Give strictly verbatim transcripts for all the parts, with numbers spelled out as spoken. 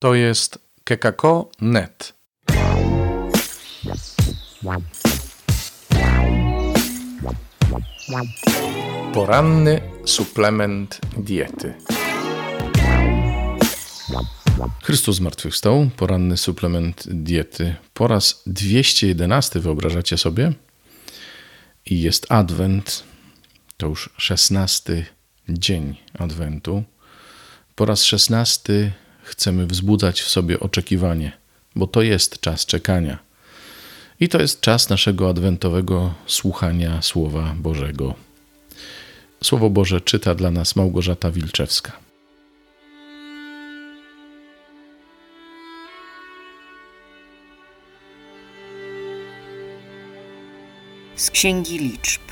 To jest kekako kropka net. Poranny suplement diety. Chrystus zmartwychwstał, poranny suplement diety. Po raz dwieście jedenasty, wyobrażacie sobie? I jest Adwent, to już szesnasty dzień Adwentu. Po raz szesnasty chcemy wzbudzać w sobie oczekiwanie, bo to jest czas czekania. I to jest czas naszego adwentowego słuchania Słowa Bożego. Słowo Boże czyta dla nas Małgorzata Wilczewska. Z Księgi Liczb.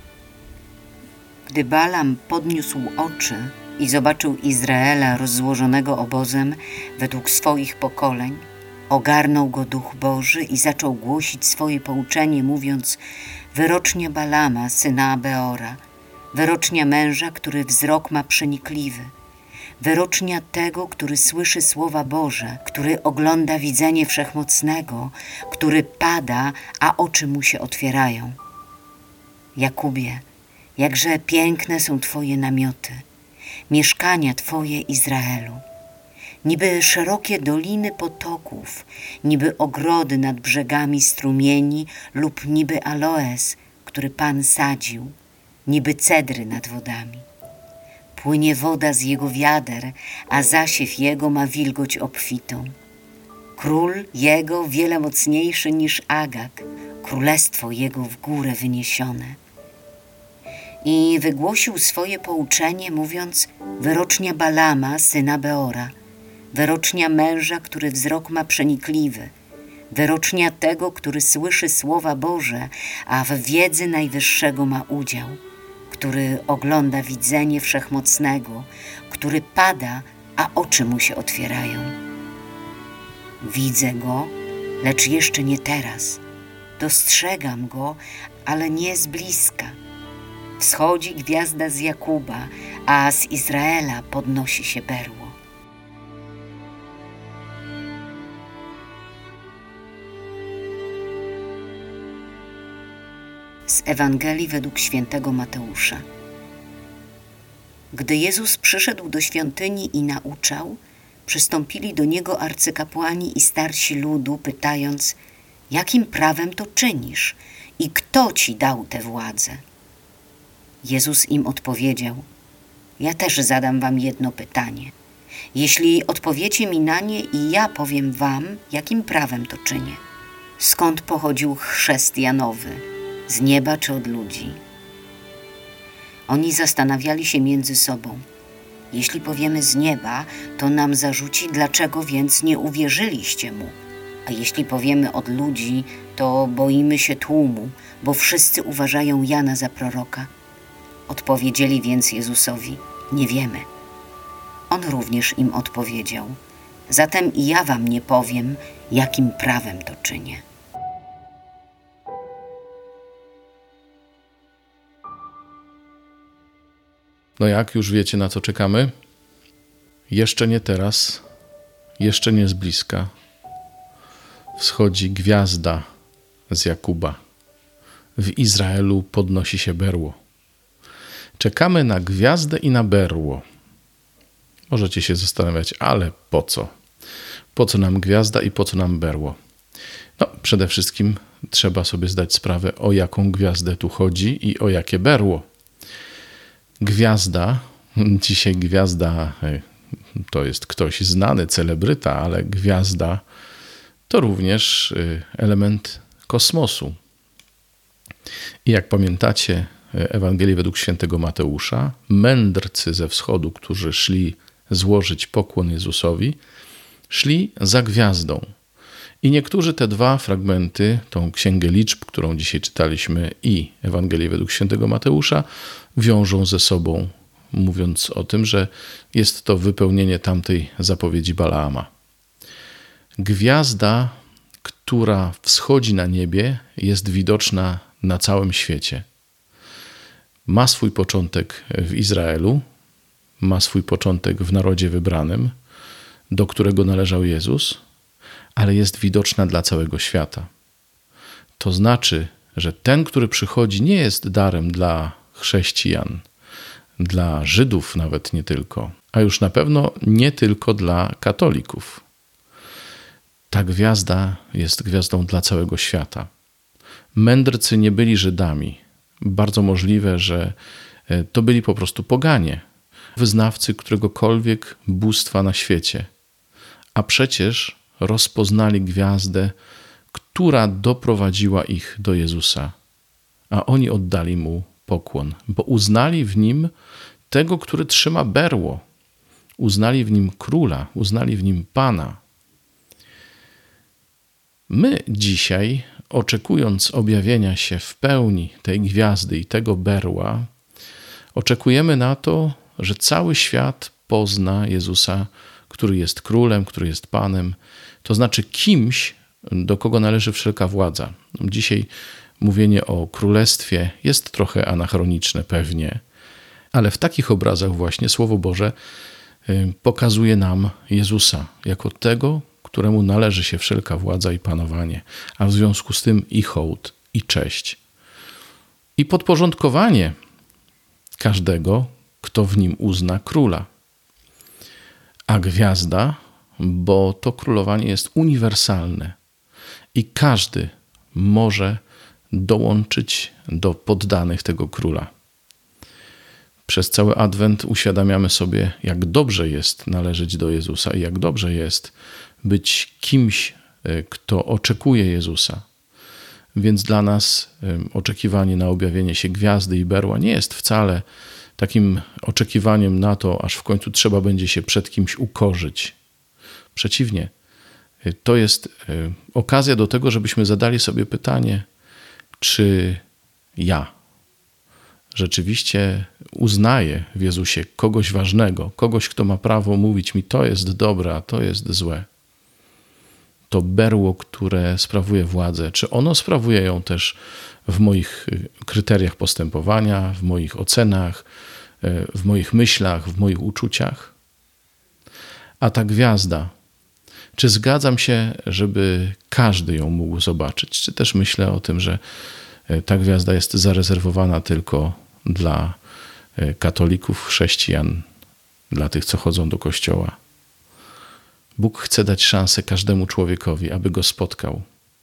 Gdy Balaam podniósł oczy i zobaczył Izraela rozłożonego obozem według swoich pokoleń, ogarnął go Duch Boży i zaczął głosić swoje pouczenie, mówiąc: wyrocznia Balama, syna Beora, wyrocznia męża, który wzrok ma przenikliwy, wyrocznia tego, który słyszy słowa Boże, który ogląda widzenie Wszechmocnego, który pada, a oczy mu się otwierają. Jakubie, jakże piękne są Twoje namioty, mieszkania Twoje, Izraelu. Niby szerokie doliny potoków, niby ogrody nad brzegami strumieni lub niby aloes, który Pan sadził, niby cedry nad wodami. Płynie woda z jego wiader, a zasiew jego ma wilgoć obfitą. Król jego wiele mocniejszy niż Agag, królestwo jego w górę wyniesione. I wygłosił swoje pouczenie, mówiąc: wyrocznia Balama, syna Beora, wyrocznia męża, który wzrok ma przenikliwy, wyrocznia tego, który słyszy słowa Boże, a w wiedzy Najwyższego ma udział, który ogląda widzenie Wszechmocnego, który pada, a oczy mu się otwierają. Widzę go, lecz jeszcze nie teraz. Dostrzegam go, ale nie z bliska. Wschodzi gwiazda z Jakuba, a z Izraela podnosi się berło. Z Ewangelii według świętego Mateusza. Gdy Jezus przyszedł do świątyni i nauczał, przystąpili do Niego arcykapłani i starsi ludu, pytając: jakim prawem to czynisz i kto Ci dał tę władzę? Jezus im odpowiedział: ja też zadam wam jedno pytanie. Jeśli odpowiecie mi na nie, i ja powiem wam, jakim prawem to czynię. Skąd pochodził chrzest Janowy? Z nieba czy od ludzi? Oni zastanawiali się między sobą. Jeśli powiemy z nieba, to nam zarzuci, dlaczego więc nie uwierzyliście mu. A jeśli powiemy od ludzi, to boimy się tłumu, bo wszyscy uważają Jana za proroka. Odpowiedzieli więc Jezusowi: nie wiemy. On również im odpowiedział: zatem i ja wam nie powiem, jakim prawem to czynię. No jak, już wiecie, na co czekamy? Jeszcze nie teraz, jeszcze nie z bliska. Wschodzi gwiazda z Jakuba. W Izraelu podnosi się berło. Czekamy na gwiazdę i na berło. Możecie się zastanawiać, ale po co? Po co nam gwiazda i po co nam berło? No, przede wszystkim trzeba sobie zdać sprawę, o jaką gwiazdę tu chodzi i o jakie berło. Gwiazda, dzisiaj gwiazda to jest ktoś znany, celebryta, ale gwiazda to również element kosmosu. I jak pamiętacie Ewangelię według świętego Mateusza, mędrcy ze wschodu, którzy szli złożyć pokłon Jezusowi, szli za gwiazdą. I niektórzy te dwa fragmenty, tą Księgę Liczb, którą dzisiaj czytaliśmy, i Ewangelię według świętego Mateusza, wiążą ze sobą, mówiąc o tym, że jest to wypełnienie tamtej zapowiedzi Balaama. Gwiazda, która wschodzi na niebie, jest widoczna na całym świecie. Ma swój początek w Izraelu, ma swój początek w narodzie wybranym, do którego należał Jezus, ale jest widoczna dla całego świata. To znaczy, że ten, który przychodzi, nie jest darem dla chrześcijan, dla Żydów nawet nie tylko, a już na pewno nie tylko dla katolików. Ta gwiazda jest gwiazdą dla całego świata. Mędrcy nie byli Żydami. Bardzo możliwe, że to byli po prostu poganie, wyznawcy któregokolwiek bóstwa na świecie. A przecież rozpoznali gwiazdę, która doprowadziła ich do Jezusa. A oni oddali Mu pokłon, bo uznali w Nim tego, który trzyma berło. Uznali w Nim Króla, uznali w Nim Pana. My dzisiaj, oczekując objawienia się w pełni tej gwiazdy i tego berła, oczekujemy na to, że cały świat pozna Jezusa, który jest Królem, który jest Panem, to znaczy kimś, do kogo należy wszelka władza. Dzisiaj mówienie o królestwie jest trochę anachroniczne pewnie, ale w takich obrazach właśnie Słowo Boże pokazuje nam Jezusa jako tego, któremu należy się wszelka władza i panowanie, a w związku z tym i hołd, i cześć. I podporządkowanie każdego, kto w nim uzna króla. A gwiazda, bo to królowanie jest uniwersalne i każdy może dołączyć do poddanych tego króla. Przez cały Adwent uświadamiamy sobie, jak dobrze jest należeć do Jezusa i jak dobrze jest być kimś, kto oczekuje Jezusa. Więc dla nas oczekiwanie na objawienie się gwiazdy i berła nie jest wcale takim oczekiwaniem na to, aż w końcu trzeba będzie się przed kimś ukorzyć. Przeciwnie, to jest okazja do tego, żebyśmy zadali sobie pytanie, czy ja rzeczywiście uznaję w Jezusie kogoś ważnego, kogoś, kto ma prawo mówić mi, to jest dobre, a to jest złe. To berło, które sprawuje władzę, czy ono sprawuje ją też w moich kryteriach postępowania, w moich ocenach, w moich myślach, w moich uczuciach? A ta gwiazda, czy zgadzam się, żeby każdy ją mógł zobaczyć? Czy też myślę o tym, że ta gwiazda jest zarezerwowana tylko dla katolików, chrześcijan, dla tych, co chodzą do kościoła? Bóg chce dać szansę każdemu człowiekowi, aby go spotkał.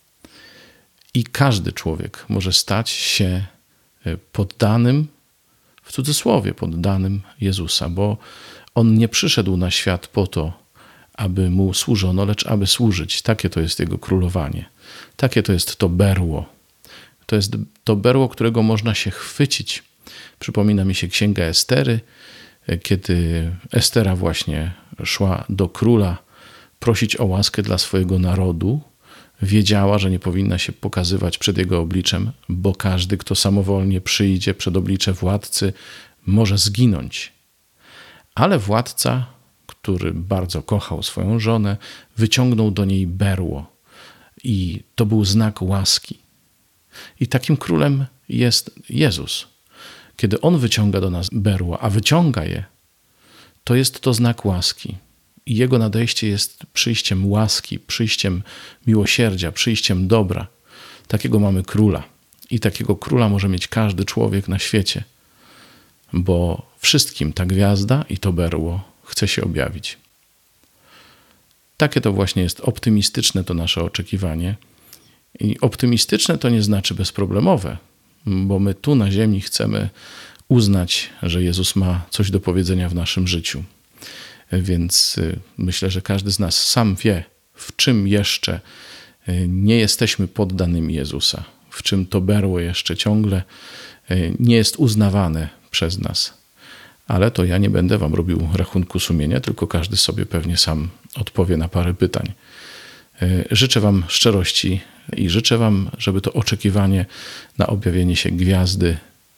I każdy człowiek może stać się poddanym, w cudzysłowie poddanym Jezusa, bo On nie przyszedł na świat po to, aby Mu służono, lecz aby służyć. Takie to jest Jego królowanie. Takie to jest to berło. To jest to berło, którego można się chwycić. Przypomina mi się Księga Estery, kiedy Estera właśnie szła do króla prosić o łaskę dla swojego narodu. Wiedziała, że nie powinna się pokazywać przed jego obliczem, bo każdy, kto samowolnie przyjdzie przed oblicze władcy, może zginąć. Ale władca, który bardzo kochał swoją żonę, wyciągnął do niej berło i to był znak łaski. I takim królem jest Jezus. Kiedy On wyciąga do nas berło, a wyciąga je, to jest to znak łaski. I Jego nadejście jest przyjściem łaski, przyjściem miłosierdzia, przyjściem dobra. Takiego mamy króla. I takiego króla może mieć każdy człowiek na świecie, bo wszystkim ta gwiazda i to berło chce się objawić. Takie to właśnie jest optymistyczne to nasze oczekiwanie. I optymistyczne to nie znaczy bezproblemowe, bo my tu na ziemi chcemy uznać, że Jezus ma coś do powiedzenia w naszym życiu. Więc myślę, że każdy z nas sam wie, w czym jeszcze nie jesteśmy poddanymi Jezusa, w czym to berło jeszcze ciągle nie jest uznawane przez nas. Ale to ja nie będę wam robił rachunku sumienia, tylko każdy sobie pewnie sam odpowie na parę pytań. Życzę wam szczerości i życzę wam, żeby to oczekiwanie na objawienie się gwiazdy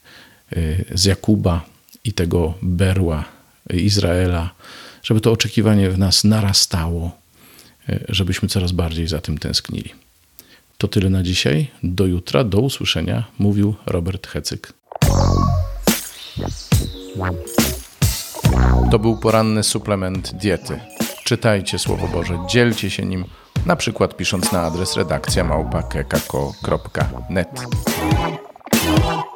z Jakuba i tego berła Izraela, żeby to oczekiwanie w nas narastało, żebyśmy coraz bardziej za tym tęsknili. To tyle na dzisiaj. Do jutra, do usłyszenia, mówił Robert Hecyk. To był poranny suplement diety. Czytajcie Słowo Boże, dzielcie się nim, na przykład pisząc na adres redakcja małpa kekako kropka net.